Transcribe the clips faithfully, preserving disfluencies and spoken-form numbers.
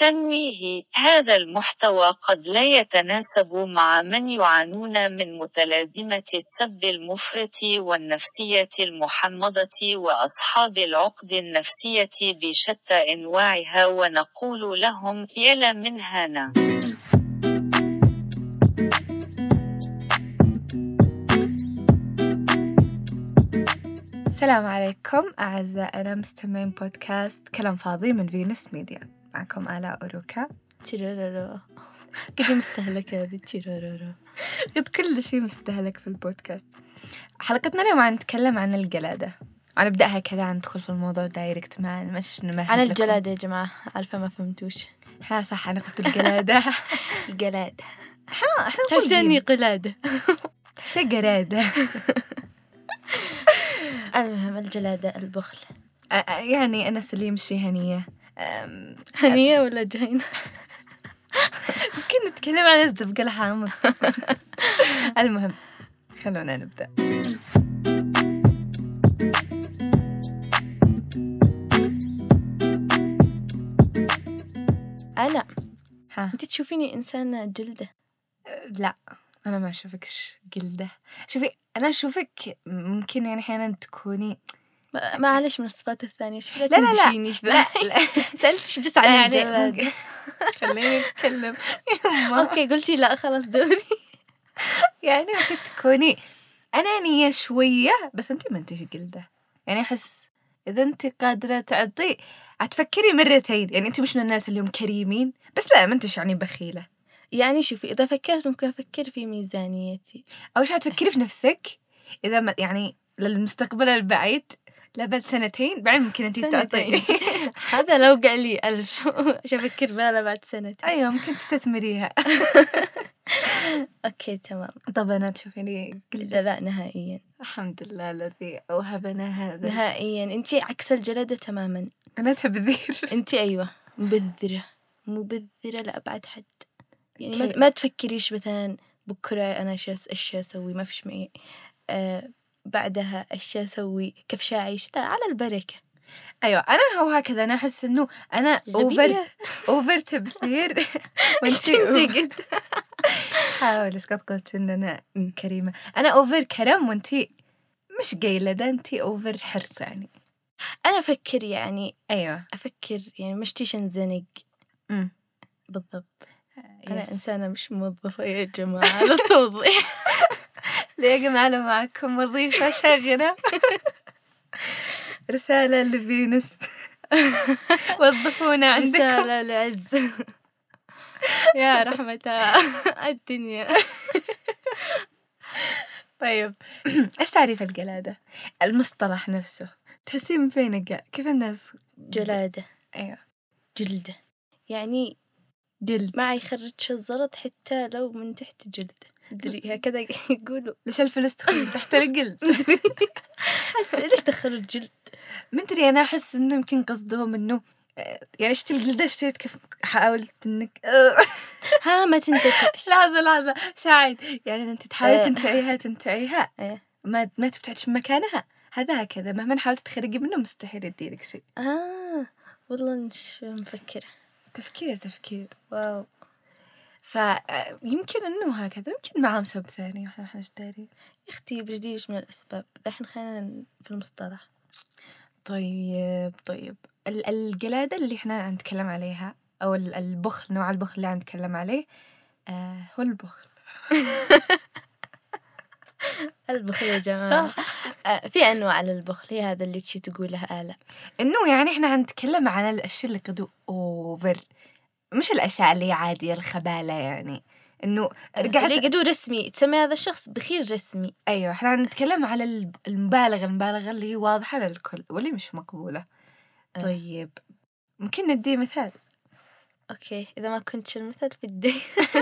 تنويه: هذا المحتوى قد لا يتناسب مع من يعانون من متلازمة السب المفرط والنفسية المحمضة وأصحاب العقد النفسية بشتى أنواعها، ونقول لهم يلا من هنا. السلام عليكم أعزائنا مستمعين بودكاست كلام فاضي من فينوس ميديا. معكم آلاء أوروكا. تيرارارا قد مستهلكة هذه تيرارارا قد كل شيء مستهلك في البودكاست. حلقتنا اليوم عن نتكلم عن الجلادة. أنا أبدأها كذا، ندخل في الموضوع دايركت، ما مش نمهد عن الجلادة يا جماعة، عارفة ما فهمتوش. ها صح، أنا قلت الجلادة. الجلادة ها إحنا تحسيني قلادة تحسي جرادة. المهم الجلادة البخل. يعني أنا سليم شي هنية. هنية ولا جهينة؟ يمكن نتكلم عن الزبقة الحامض. المهم خلونا نبدأ. أنا ها أنت تشوفيني إنسانة جلدة؟ لا أنا ما أشوفكش جلدة. شوفي أنا أشوفك ممكن يعني أحيانا تكوني معلش من الصفات الثانية. لا لا لا, لا, لا. سألتش بس عن يعني الجلاد. خليني أتكلم. أوكي قلتي لا خلاص دوري. يعني ممكن تكوني أنانية شوية، بس أنتي ما أنتيش جلدة. يعني أحس إذا أنتي قادرة تعطي هتفكري مرتين. يعني أنتي مش من الناس اللي هم كريمين، بس لا ما أنتيش يعني بخيلة. يعني شوفي إذا فكرت ممكن أفكر في ميزانيتي، أو شو هتفكري في نفسك إذا ما يعني للمستقبل البعيد، لا بعد سنتين بعد ممكن أنتي تعطي. هذا لو قال لي ألف إيش أفكر بها بعد سنتين. أيوة ممكن تستثمريها. أوكي تمام. طب أنا تشوفيني لا لا نهائيا. الحمد لله الذي أوهبنا هذا. نهائيا أنتي عكس الجلادة تماما. أنا تبذير. أنتي أيوة مبذرة مبذرة لأبعد حد. يعني ما, ما تفكريش مثلا بكرة أنا شاس أشياء أسوي ما فيش معي آه بعدها أشياء أسوي كيف شاعيش، لا على البركة. أيوة أنا هو هكذا. أنا أحس إنه أنا أوفر أوفر تبذير. وأنتي قد حاول إيش قد قلت إن أنا كريمة. أنا أوفر كرم وأنتي مش قيلة، ده أنتي أوفر حرص. يعني أنا أفكر يعني أيوة أفكر يعني مش تيش انزنق. أمم بالضبط. أنا يس. إنسانة مش موظفة يا جماعة على التوضيح. ليه يا جماعة معكم وظيفة شاغرة. رسالة لفينوس. وظفونا عندكم. رسالة لعز. يا رحمة الدنيا. طيب إيش تعريف الجلادة؟ المصطلح نفسه تحسين من فين جاء؟ كيف الناس جلادة؟ أيوة جلدة يعني جلد ما يخرجش الزلط حتى لو من تحت جلد. دري هكذا يقولوا. ليش الفلوس تخرج تحت الجلد؟ ليش دخلوا الجلد؟ ما أدري. أنا أحس إنه يمكن قصدهم إنه يعني اشتري الجلدة اشتريت كيف حاولت إنك ها ما تنتكش. لحظة لحظة شاهد. يعني أنت تحاولي تنتعيها تنتعيها ما ما تبتعدش من مكانها. هذا هكذا مهما حاولت تخرجي منه مستحيل يديلك شيء. آه والله مش مفكرة. تفكير تفكير واو. فيمكن إنه هكذا، يمكن معهم سبب ثاني وإحنا إحنا دارين. اختي بديش من الأسباب. إحنا خلينا في المصطلح. طيب طيب الجلادة اللي إحنا نتكلم عليها أو البخل، نوع البخل اللي نتكلم عليه آه هو البخل. البخل يا جماعة آه في أنواع للبخل. هي هذا اللي تشي تقولها آلاء، إنه يعني إحنا هنتكلم عن الأشياء اللي قدو أوفر، مش الأشياء اللي عادية الخبالة. يعني إنه رجعت اللي قدو رسمي تسمي هذا الشخص بخير رسمي. أيوة إحنا نتكلم على المبالغة المبالغة اللي هي واضحة للكل واللي مش مقبولة. أه. طيب ممكن ندي مثال. أوكي إذا ما كنتش المثال بدي.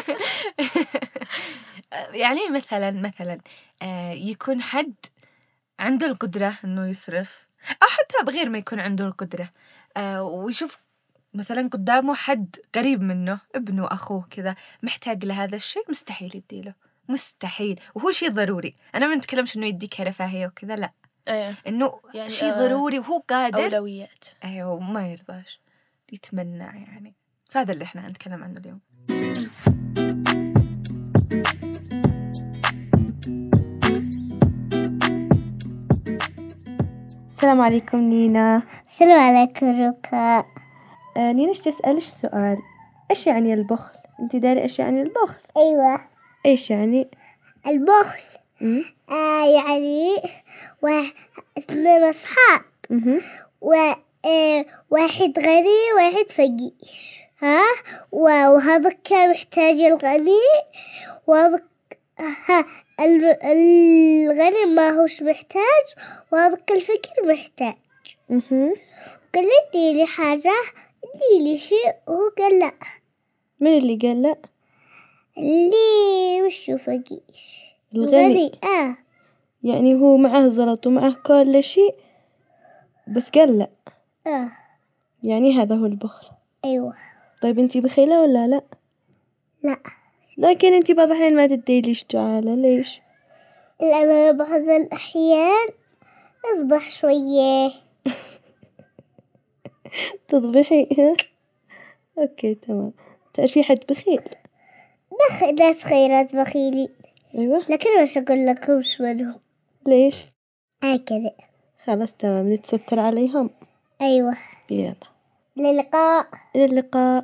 يعني مثلا مثلا آه يكون حد عنده القدرة إنه يصرف، أو حتى بغير ما يكون عنده القدرة آه ويشوف مثلا قدامه حد قريب منه، ابنه أخوه كذا محتاج لهذا الشيء، مستحيل يديله، مستحيل. وهو شيء ضروري. أنا ما نتكلمش إنه يديك رفاهية وكذا، لا أيه. إنه يعني شيء ضروري وهو قادر. أولويات. أيوة ما يرضاش يتمنى يعني. فهذا اللي إحنا هنتكلم عنه اليوم. السلام عليكم نينا. السلام عليكم ركا. آه نينا، ايش تسألش سؤال؟ ايش يعني البخل؟ انت داري ايش يعني البخل؟ أيوة، ايش يعني البخل م? آه يعني واحد اثنين أصحاب و آه واحد غني واحد فقير، ها وهذا كان محتاج الغني، وهذا ها الغني ما هوش محتاج، وهذا الفقير محتاج. اها قال لي اديني حاجة، اديني شيء، وهو قال لا. من اللي قال لا؟ اللي وشو فقير الغني. اه يعني هو معه زلط ومعه كل شيء بس قال لا. اه يعني هذا هو البخل. ايوه. طيب انتي بخيلة ولا لا؟ لا، لكن انتي بعض الأحيان ما تدي ليش تعالى ليش؟ لأن بعض الأحيان أصبح شوية تضبحي ها؟ اوكي تمام. تعرفي حد بخيل؟ بخ... ناس خيرات بخيلين، ايوه. لكن مش أقول لكم شو منهم. ليش؟ هكذا. خلاص تمام، نتستر عليهم. أيوة. يلا، للقاء. إلى اللقاء.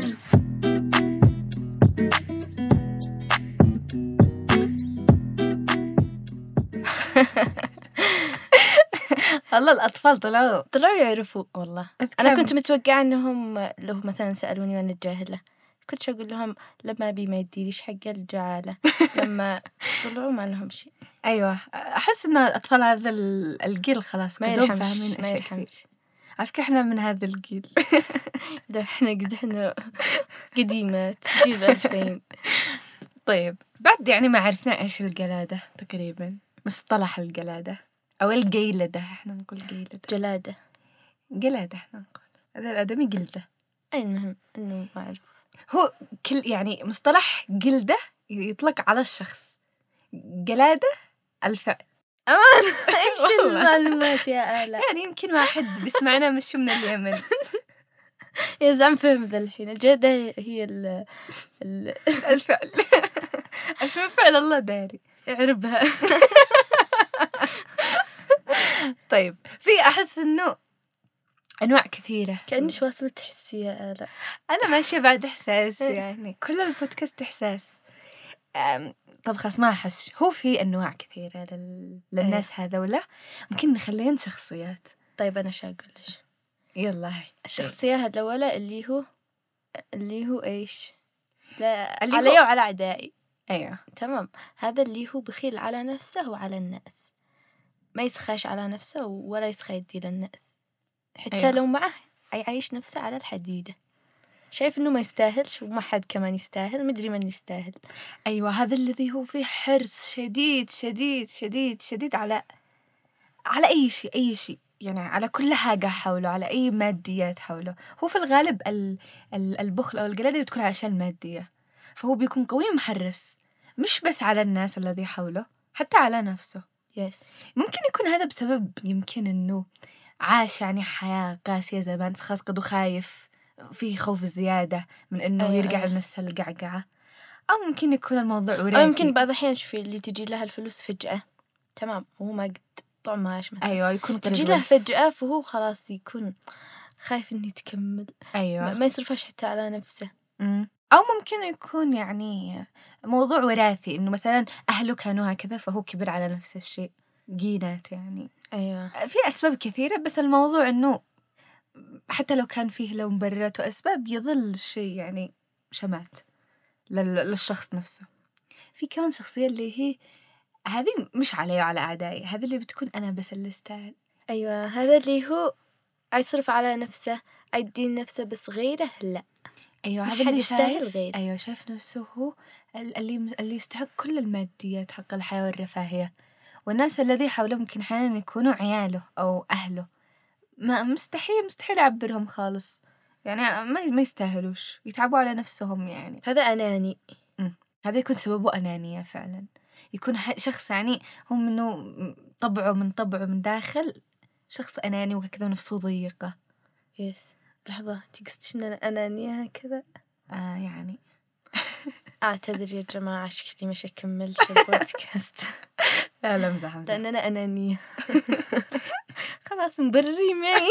والله الأطفال طلعوا طلعوا يعرفوا والله. أتكلم. أنا كنت متوقعة أنهم لو مثلا سألوني وأنا جاهلة كنت أقول لهم لما بي ما يديليش حق الجعالة. لما طلعوا ما لهم شيء. أيوة، أحس إن الأطفال هذا ال- الجيل خلاص ما كدوب يرحمش فاهمين ما أشياء يرحمش. كثير. على فكرة إحنا من هذا الجيل. ده إحنا قد إحنا قديمات جيل ألفين. طيب بعد يعني ما عرفنا إيش الجلادة تقريبا، مصطلح الجلادة أو الجيلدة، إحنا نقول جيلدة. جلادة جلادة إحنا نقول، هذا الآدمي جلدة. أي المهم إنه ما أعرف. هو كل يعني مصطلح جلدة يطلق على الشخص، جلادة الفعل. أمان إيش المعلومات يا آلاء؟ يعني يمكن واحد بيسمعنا مش من اليمن. يا زعم فهم ذا الحين. الجلادة هي ال ال الفعل. ايش من فعل الله داري اعربها. طيب في أحس إنه أنواع كثيرة. كأنش واصلة تحسي يا آلاء. أنا ماشية بعد إحساس، يعني كل البودكاست إحساس. أم، طب خلاص ما أحس. هو في أنواع كثيرة لل... للناس هذولا، ممكن نخلين شخصيات. طيب أنا شو أقول لك؟ يلا هاي الشخصية الأولى اللي هو اللي هو إيش؟ لا اللي علي هو- وعلى أعدائي. أيوة. تمام. هذا اللي هو بخيل على نفسه وعلى الناس، ما يسخاش على نفسه ولا يسخى يدي للناس، حتى أيوة. لو معه يعيش نفسه على الحديدة. شايف إنه ما يستاهلش وما حد كمان يستاهل، مدري من يستاهل. أيوة، هذا الذي هو فيه حرص شديد شديد شديد شديد على على أي شيء أي شيء، يعني على كل حاجة حوله، على أي ماديات حوله. هو في الغالب ال... ال... البخل أو الجلادة بتكون عشان المادية، فهو بيكون قوي محرص مش بس على الناس الذي حوله، حتى على نفسه. يس. ممكن يكون هذا بسبب يمكن إنه عاش يعني حياة قاسية زمان، فخلاص قدو خايف، في خوف زيادة من إنه أيوة يرجع أيوة. لنفس القعقعة. أو ممكن يكون الموضوع وراثي. أو يمكن بعض الأحيان شوفي اللي تجي لها الفلوس فجأة، تمام، وهو ما قد طعماش مثلا. أيوة، يكون تجي له فجأة فهو خلاص يكون خايف إنه يتكمل. أيوة. ما يصرفش حتى على نفسه. مم. أو ممكن يكون يعني موضوع وراثي، إنه مثلا أهله كانوا هكذا فهو كبر على نفس الشيء، جينات يعني. أيوة. في أسباب كثيرة، بس الموضوع إنه حتى لو كان فيه له مبررات وأسباب يظل الشيء يعني شمات لل- للشخص نفسه. في كمان شخصية اللي هي هذه مش علي وعلى أعدائي، هذا اللي بتكون أنا بس اللي استاهل. أيوة، هذا اللي هو يصرف على نفسه، يدين نفسه، بس غيره لا. أيوة، ما هذا حد اللي يستاهل شايف غيره. أيوة شايف نفسه هو ال- اللي اللي يستحق كل الماديات حق الحياة والرفاهية، والناس الذي حوله ممكن أحيانا يكونوا عياله أو أهله، ما مستحيل مستحيل يعبرهم خالص، يعني ما ما يستاهلوش، يتعبوا على نفسهم يعني. هذا أناني. هذا يكون سببه أنانية فعلا، يكون ح- شخص يعني هو منه طبعه من طبعه من داخل شخص أناني وكذا ونفسه ضيقة. يس. لحظة، أنت قصدك إن أنا أنانية كذا؟ آه يعني أعتذر يا جماعة، شكلي مش أكملش البودكاست. لا لا مزح مزح. لأن أنا أنانية. خلاص مبرري معي.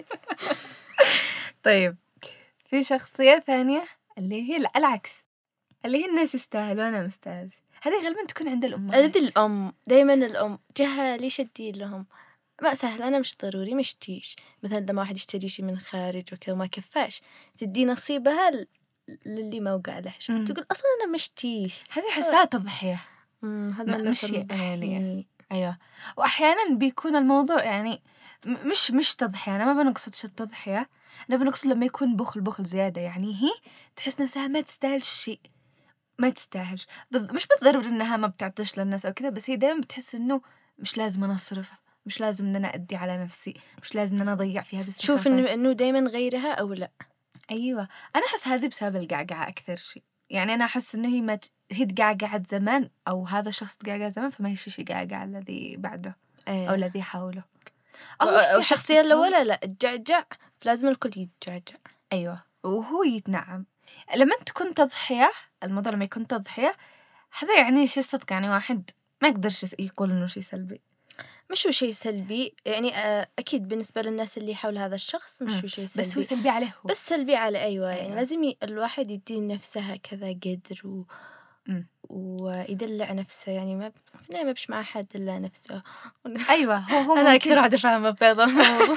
طيب في شخصية ثانية اللي هي العكس، اللي هي الناس يستاهلوا أنا مستاهلش. هذه غالبا تكون عند الأمهات. هذه الأم، دايما الأم جهة ليش أدين لهم ما سهل. أنا مش ضروري مش تيش، مثلا لما واحد يشتري شي من خارج وكذا ما كفاش، تدي نصيبها ل- للي ما وقع له شيء. مم. تقول أصلا أنا مش تيش. هذه حسها تضحية، مم، هذا م- الناس مش أنانية. المضحية. أيوة. وأحيانا بيكون الموضوع يعني م- مش مش تضحية. أنا ما بنقصدش التضحية، أنا بنقصد لما يكون بخل بخل زيادة. يعني هي تحس نفسها ما تستاهل شيء، ما تستاهلش. بض... مش بالضرورة إنها ما بتعطيش للناس أو كذا، بس هي دائما بتحس إنه مش لازم أنا أصرف، مش لازم إن أنا أدي على نفسي، مش لازم إن أنا أضيع في هذه السخافات. تشوف إنه إنه دايما غيرها أو لا. أيوة. أنا أحس هذه بسبب القعقعة أكثر شيء. يعني أنا أحس إنه هي ما ت... هي تقعقعت زمان، أو هذا الشخص تقعقع زمان، فما يشيش يقعقع الذي بعده أو الذي حوله. أو الشخصية الأولى لا تجعجع، لازم الكل يتجعجع. أيوة، وهو يتنعم. لما تكون تضحية، الموضوع لما يكون تضحية هذا يعني شيء صدق، يعني واحد ما يقدرش يقول إنه شيء سلبي. مش هو شيء سلبي يعني، أكيد بالنسبة للناس اللي حول هذا الشخص مش هو شيء سلبي، بس هو سلبي عليه هو. بس سلبي على أيوة, أيوة. يعني لازم ي... الواحد يدي نفسها كذا قدر و... مم. ويدلع نفسه. يعني ما فينا ما بش مع أحد إلا نفسه. أيوة هو هو أنا أكثر واحدة فاهمة في هذا الموضوع.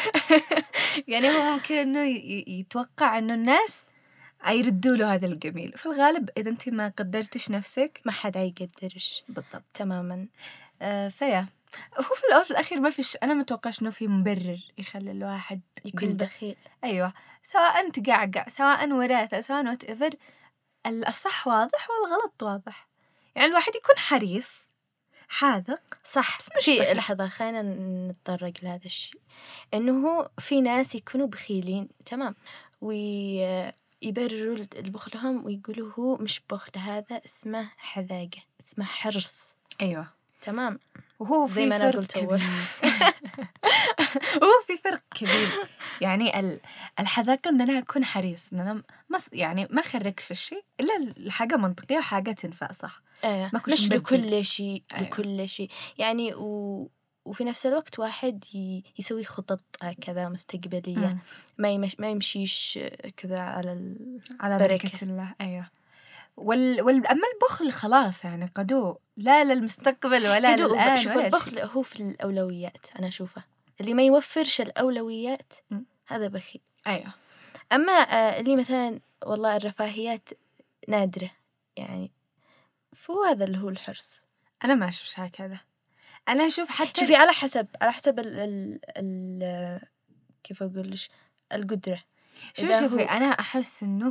يعني هو ممكن إنه ي... يتوقع إنه الناس يردوا له هذا الجميل. في الغالب إذا أنت ما قدرتش نفسك ما حد يقدرش بالضبط تماما. آه فيا هو في الأول في الأخير ما فيش، أنا متوقعش إنه في مبرر يخلي الواحد يكون بخيل. أيوة، سواء تقعقع سواء وراثة سواء وات إيفر، الصح واضح والغلط واضح. يعني الواحد يكون حريص حاذق صح، بس مش في بخيل. لحظة خلينا نتطرق لهذا الشيء، إنه في ناس يكونوا بخيلين تمام ويبرروا البخلهم ويقولوا هو مش بخل، هذا اسمه حذاقة، اسمه حرص. أيوة تمام. وهو زي ما في أنا فرق قلت أول. كبير. وهو في فرق كبير. يعني ال- الحذاقة إن أنا أكون حريص إن أنا مص يعني ما خرجش الشيء إلا الحاجة منطقية وحاجة تنفع صح. آه. ما كنتش مش مبدل. لكل شيء أيوة. لكل شيء يعني و... وفي نفس الوقت واحد ي... يسوي خطط كذا مستقبلية. مم. ما يمش... ما يمشيش كذا على ال... على بركة. بركة الله. أيوة. وال... وال... أما البخل خلاص يعني قدو لا للمستقبل ولا قدو. للآن شوف ولا البخل هو في الأولويات. أنا أشوفه اللي ما يوفرش الأولويات مم. هذا بخيل. أيوة. أما آه اللي مثلا والله الرفاهيات نادرة يعني، فهو هذا اللي هو الحرص. أنا ما أشوفش هكذا. أنا أشوف حتى شوفي على حسب على حسب ال ال ال كيف أقولش القدرة. شوف إذا شوفي هو- أنا أحس إنه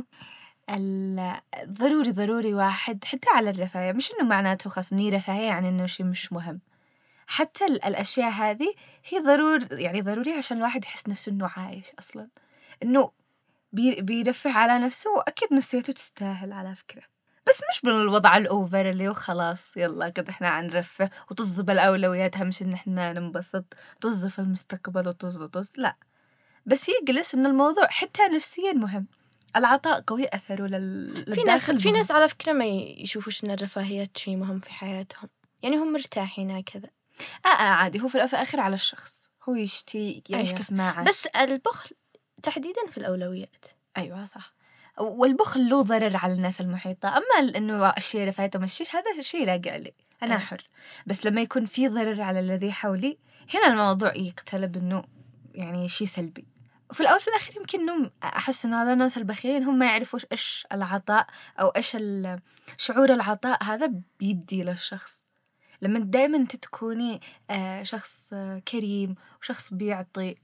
ال- ضروري ضروري واحد حتى على الرفاهية، مش إنه معناته خاص إني رفاهية يعني إنه شيء مش مهم. حتى ال- الأشياء هذه هي ضرور يعني ضروري عشان الواحد يحس نفسه إنه عايش أصلاً، إنه بي بيرفه على نفسه، وأكيد نفسيته تستاهل على فكرة، بس مش بالوضع الأوفر اللي هو خلاص يلا كده إحنا عنرفه وتصذب الأولويات، أهم شيء إن إحنا ننبسط، طز في المستقبل وطز طز لا، بس يجلس إن الموضوع حتى نفسياً مهم. العطاء قوي أثره لل... في ناس للداخل في مهم. ناس على فكرة ما يشوفوش إن الرفاهيات شيء مهم في حياتهم، يعني هم مرتاحين هكذا. آه, آه عادي، هو في الأول في الآخر على الشخص، هو يشتي يعيش أيوة. كيف ما عاش. بس البخل تحديدا في الأولويات. أيوة صح. والبخل له ضرر على الناس المحيطة. أما إنه الشيء رفاهيته مشيش هذا شيء راجع لي أنا أه. حر، بس لما يكون في ضرر على الذي حولي هنا الموضوع يقتلب إنه يعني شيء سلبي. وفي الأول في الآخر يمكن إنهم أحس إنه هذا الناس البخيلين هم ما يعرفوش إيش العطاء أو إيش شعور العطاء هذا بيدي للشخص. لما دائما تكوني آه شخص آه كريم وشخص بيعطي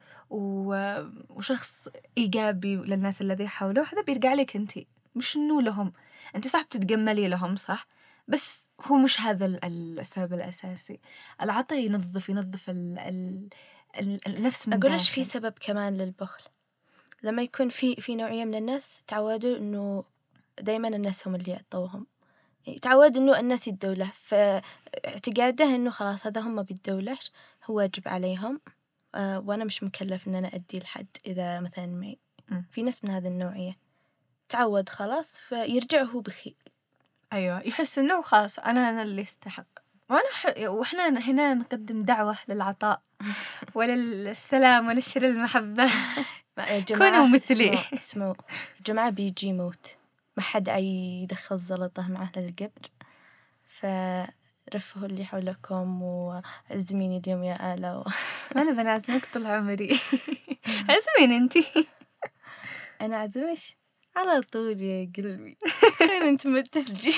وشخص إيجابي للناس الذي حوله، هذا بيرجع لك أنت، مش إنه لهم. أنت صح بتتجملي لهم صح، بس هو مش هذا السبب الأساسي. العطاء ينظف ينظف ال ال ال النفس من أقولش في داخل. سبب كمان للبخل. لما يكون في في نوعية من الناس تعودوا إنه دايما الناس هم اللي يعطوهم، تعود إنه الناس يدوله، فاعتقاده إنه خلاص هذا هم بيدولش، هو واجب عليهم. آه وأنا مش مكلف إن أنا أدي لحد إذا مثلا معي. في ناس من هذا النوعية تعود خلاص فيرجع هو بخيل. أيوة يحس إنه خلاص أنا أنا اللي استحق. وأنا ح... وإحنا هنا نقدم دعوة للعطاء وللسلام ونشر المحبة. كونوا مثلي. اسمعوا, اسمعوا جماعة بيجي موت ما حد يدخل زلطة معه للقبر، فرفهوا اللي حولكم وعزميني اليوم يا آلا و... ما أنا بنعزمك طول عمري. عزمين أنتي. أنا أعزمش على طول يا قلبي. خير أنت من التسجيل.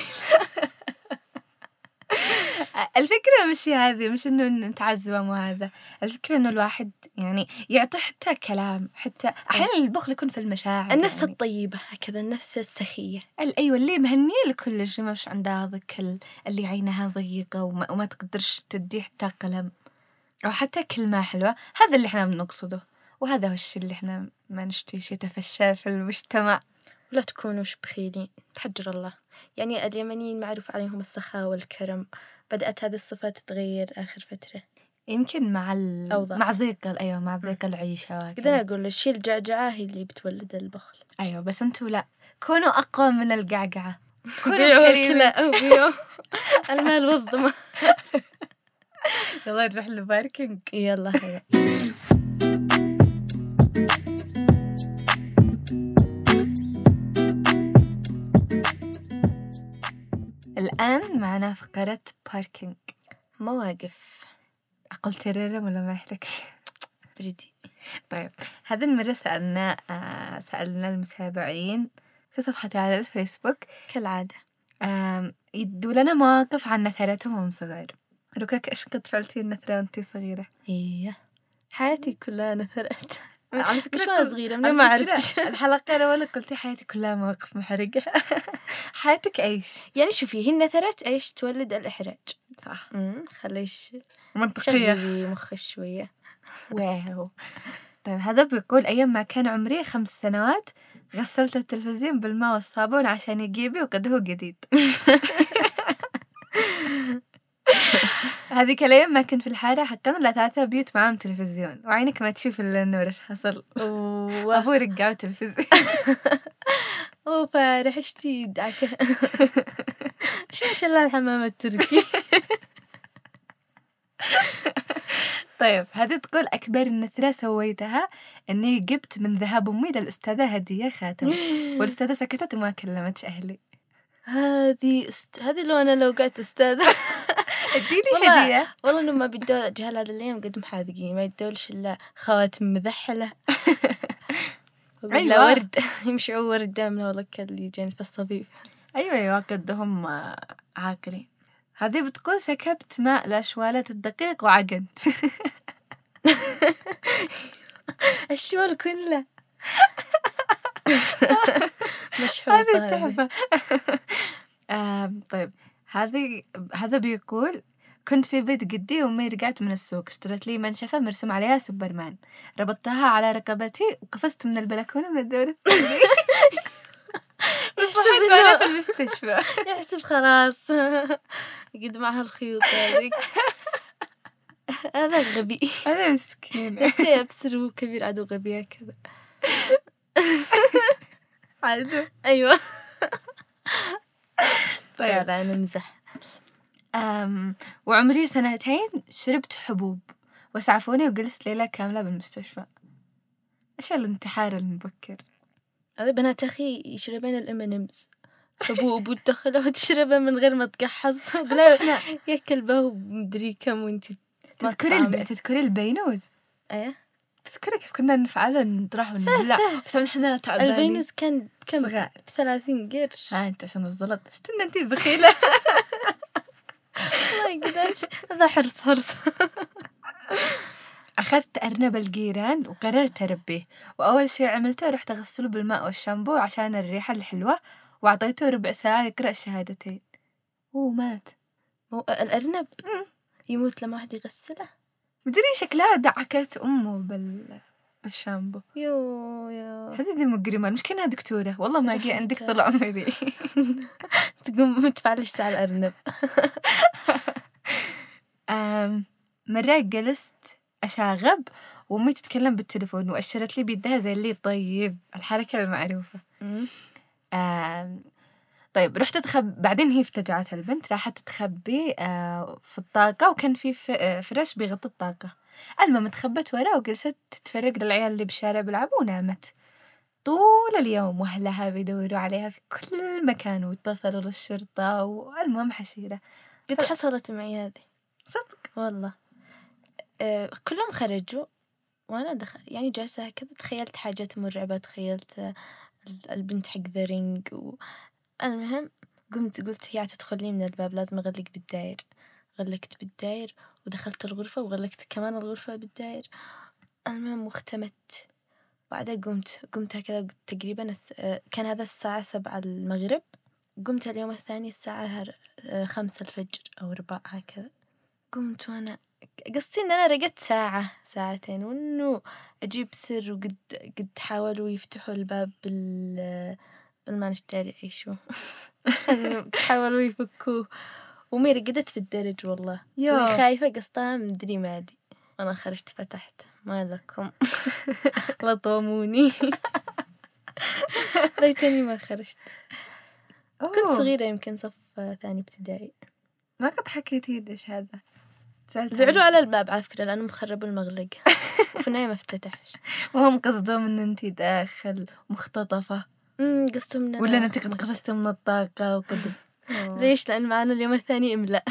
الفكرة مش هذه، مش إنه نتعزم وهذا، الفكرة إنه الواحد يعني يعطي حتى كلام، حتى أحيانا البخل يكون في المشاعر. النفس يعني. الطيبة هكذا، النفس السخية. أيوة اللي مهنية لكل شيء، مش عندها ذاك اللي عينها ضيقة وما, وما تقدرش تدي حتى قلم أو حتى كلمة حلوة. هذا اللي إحنا بنقصده، وهذا هو الشيء اللي إحنا ما نشتي شيء تفشى في المجتمع. ولا تكونوش بخيلين بحجر الله. يعني اليمنيين معروف عليهم السخاء والكرم، بدأت هذه الصفات تتغير آخر فترة، يمكن مع ال... مع ضيق أيوة مع ضيق العيشة. كده أقول الشيء الجعجعة هي اللي بتولد البخل. أيوة بس أنتوا لا، كونوا أقوى من القعقعة. بيعوا الكلى أو بيعوا المال والضمة. يلا نروح للباركينج. يلا هيا. الآن معنا فقرة باركينج. مواقف. أقول تررم ولا ما يحلكش؟ بريدي. طيب هذا المرة سألنا آه سألنا المتابعين في صفحتي على الفيسبوك كالعادة آه يدوا لنا مواقف عن نثرتهم وهم صغار. ركك إيش قد فعلتي النثرة وأنتي صغيرة؟ إيه حياتي كلها نثرت. على فكرة مش وأنا صغيرة من ما عرفتش. الحلقة الأولى قلتي حياتي كلها مواقف محرجة. حياتك إيش؟ يعني شوفي هي النثرات إيش تولد الإحراج. صح. امم خليش منطقية. شغلي مخ شوية. واو. طيب هذا بيقول أيام ما كان عمري خمس سنوات غسلت التلفزيون بالماء والصابون عشان يجيبي وقد هو جديد. هذيك الأيام ما كنت في الحارة حقنا لا ثلاثة بيوت معاهم تلفزيون وعينك ما تشوف إلا النور إيش حصل. أبو رجعوا تلفزيون. أوه فارح اشتي دعك. شو إن شاء الله الحمام التركي. طيب هذه تقول أكبر النثرة سويتها إني جبت من ذهب أمي للأستاذة هدية خاتم والأستاذة سكتت وما كلمتش أهلي. هذه است... هذه لو أنا لو قعدت أستاذة اديني هدية. والله إنه ما بيدوا جهال هذا الأيام قد محاذقين ما يدولش إلا خواتم مذحلة. أيوة ورد يمشوا ورد دامنا والله اللي جاني في الصبيب. أيوة أيوة قدهم عاقلين. هذه بتقول سكبت ماء لشوالة الدقيق وعجنت. الشوال كله مشحوطة. هذه تحفة. طيب هذه هذا بيقول كنت في بيت جدي وأمي رجعت من السوق اشترت لي منشفة مرسوم عليها سوبرمان ربطتها على رقبتي وقفزت من البلكونة من الدور الثاني. صحيت وأنا في المستشفى. يحسب خلاص قد معها الخيوط هذيك. هذا غبي. هذا مسكين. بس يبصر هو كبير عدو غبي هكذا. عدو. أيوة. طيب أنا نمزح. أم وعمري سنتين شربت حبوب وسعفوني وجلست ليلة كاملة بالمستشفى. إيش الانتحار المبكر؟ هذا بنات أخي يشربين الإمنمز حبوب وتدخلها وتشربها من غير ما تقحص. ولا يا كلبه ومدري كم وانتي تذكري الب... تذكري البينوز؟ ايه تذكري كيف كنا نفعله نروح ونبلع بس احنا تعبانين. البينوز كان كم صغار بثلاثين قرش. ها انت عشان الزلط اشتنا انتي بخيلة. الله قداش هذا حرص حرص. أخذت أرنب الجيران وقررت أربيه وأول شيء عملته رحت أغسله بالماء والشامبو عشان الريحة الحلوة وأعطيته ربع ساعة يقرأ الشهادتين ومات. الأرنب يموت لما واحد يغسله. مدري شكلها دعكت أمه بال بالشامبو. يو يو هذه ذي مجرمة مش كأنها دكتورة والله ما جي عندك طلع عمري. تقوم متفعلش على الأرنب. مرة جلست أشاغب وأمي تتكلم بالتليفون وأشرت لي بيدها زي اللي طيب، الحركة المعروفة. آه طيب رحت أتخبي، بعدين هي افتجعت البنت، راحت تخبي آه في الطاقة، وكان في فرش بيغطي الطاقة. المهم تخبت وراه وجلست تتفرج للعيال اللي بالشارع بيلعبوا ونامت طول اليوم، وأهلها بيدوروا عليها في كل مكان واتصلوا للشرطة، والمهم حشيرة. قد حصلت معي هذه صدق والله. أه كلهم خرجوا وأنا دخل يعني جالسة كذا، تخيلت حاجات مرعبة، تخيلت البنت حق ذا رينج. المهم قمت قلت هي تدخلني من الباب، لازم أغلق بالداير. غلقت بالداير ودخلت الغرفة وغلقت كمان الغرفة بالداير. المهم واختمت. بعدها قمت قمت هكذا تقريبا كان هذا الساعة سبعة المغرب. قمت اليوم الثاني الساعة خمسة الفجر أو أربعة هكذا. قمت وأنا قصتي إن أنا رقدت ساعة ساعتين، وإنه أجيب سر، وقد قد حاولوا يفتحوا الباب بال بالما نشتري إيشو حاولوا يفكوه، ومي رقدت في الدرج والله. وهي خايفة قصتها مدري مالي. أنا خرجت فتحت ما لكم لطموني ليتني ما خرجت. كنت صغيرة يمكن صف ثاني ابتدائي. ما قد حكيتي ليش هذا؟ زعلوا على الباب على فكرة لأنهم خربوا المغلق وفي النهاية ما افتتحش. وهم قصدهم إن أنتي داخل مختطفة. امم قصدهم إن ولا أنتي قد قفزت من الطاقة وقد ليش؟ لأن معنا اليوم الثاني إملاء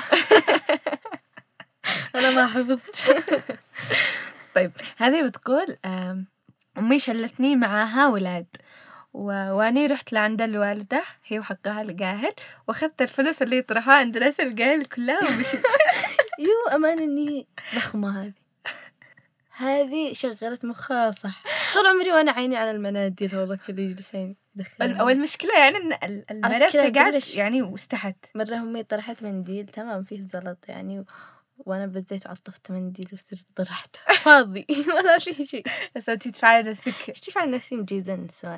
أنا ما حفظت. طيب هذه بتقول أمي شلتني معاها ولاد، و... وأني رحت لعند الوالدة هي وحقها القاهل، وأخذت الفلوس اللي يطرحوها عند راس القاهل كلها ومشيت. يو أمان إني ضخمة. هذه هذه شغلت مخها صح. طول عمري وأنا عيني على المناديل هذول اللي يجلسين يدخلون. أو المشكلة يعني إن المرأة تقعد يعني واستحت. مرة أمي طرحت منديل تمام فيه زلط يعني و... وأنا بزيت وعطفت منديل وصرت طرحته فاضي ولا فيه شيء. بس أنتي تفعل نفسك إيش تفعل نفسي مجيزة السؤال.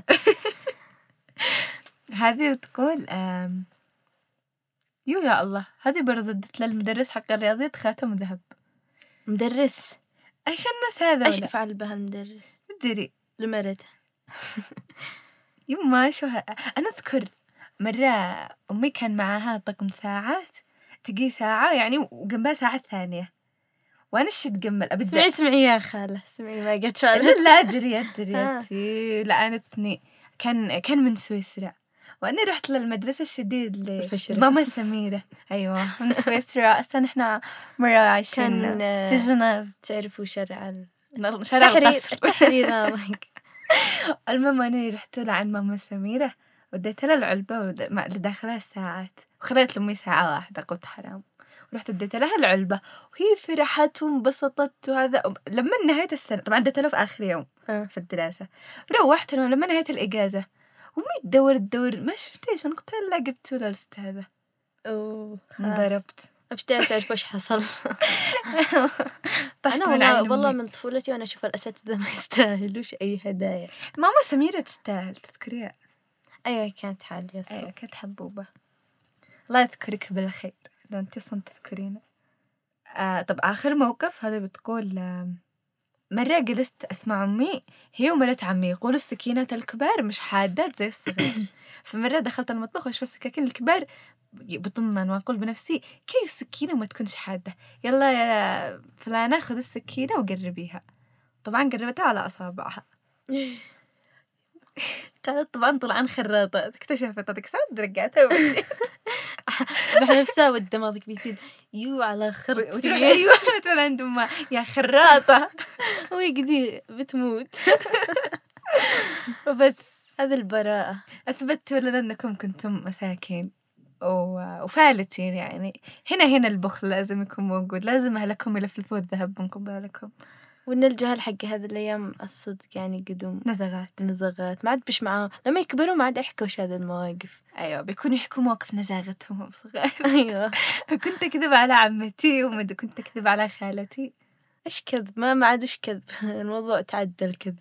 هذه تقول أم... يو يا الله، هذه برضه ادت للمدرس حق الرياضيات خاتم ذهب. مدرس ايش الناس هذا؟ ايش فعل بها المدرس؟ مدري لمرته. يما شو ه... انا اذكر مره امي كان معاها طقم ساعات، تجي ساعه يعني وجنبها ساعه ثانيه، وانا ايش اتجمل ابدا. اسمعي اسمعي يا خاله اسمعي ما قد فعل. لا ادري ادري لعنتني. كان كان من سويسرا، وأنا رحت للمدرسة الشديد ماما سميرة. أيوة من سويسرا. أصلا إحنا مرة عايشين في جنيف. تعرفوا شارع شارع القصر التحرير. المهم أنا رحت لعند ماما سميرة وديت لها العلبة اللي داخلها الساعات، وخليت لأمي ساعة واحدة قلت حرام، ورحت اديت لها العلبة وهي فرحت وانبسطت. وهذا لما نهاية السنة طبعا اديت لها في آخر يوم في الدراسة. روحت لما نهاية الإجازة ومي تدور تدور ما شفتيش، أنا قلت لها جبته للأستاذة. أوه انضربت. أفتح تعرف وش حصل. أنا والله, والله من طفولتي وأنا أشوف الأساتذة ما يستاهلوش أي هدايا. ماما سميرة تستاهل تذكريها. أيوة كانت حالية. أيوة كانت حبوبة. الله يذكرك بالخير لو أنت صنت تذكرينا. آه طب آخر موقف هذا بتقول آه مرة جلست أسمع أمي هي ومرت عمي يقولوا السكينة الكبار مش حادات زي الصغير. فمرة دخلت المطبخ وشوف السكاكين الكبار بطنن، وأقول بنفسي كيف السكينة وما تكونش حادة، يلا يا فلانة خذ السكينة وقربيها. طبعا قربتها على أصابعها. قالت طبعا طلعان خراطة، اكتشفت هذيك ساعة رجعتها ومشيت. بنفسها والدماغ بيصير يو على خرط وتروح أيوة تروح عند أمها يا خراطة ويقدي بتموت. وبس هذا البراءة أثبتوا لنا أنكم كنتم مساكين وفالتين. يعني هنا هنا البخل لازم يكون موجود، لازم أهلكم يلفلفوا الذهب من قبالكم. وإن الجهل حق هذه الأيام الصدق يعني قدوم نزغات نزغات ما عاد بش معاه لما يكبروا ما عاد يحكوش هذه المواقف. أيوة بيكونوا يحكوا مواقف نزاغتهم هم صغار. أيوة كنت أكذب على عمتي ومد كنت أكذب على خالتي. إيش كذب؟ ما ما عادش كذب. الموضوع تعدى الكذب.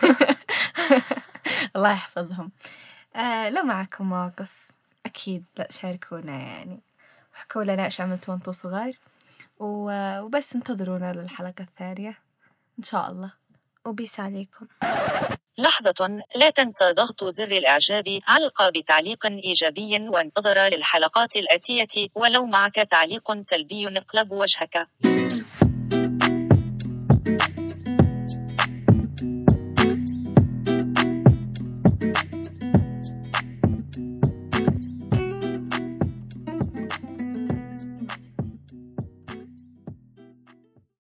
الله يحفظهم. آه لو معكم مواقف أكيد لا شاركونا يعني، وحكوا لنا إيش عملتوا وانتوا صغار، وبس انتظرونا للحلقة الثانية إن شاء الله. وبيس عليكم. لحظة، لا تنسى ضغط زر الإعجاب، علق بتعليق إيجابي وانتظر للحلقات الآتية. ولو معك تعليق سلبي اقلب وجهك.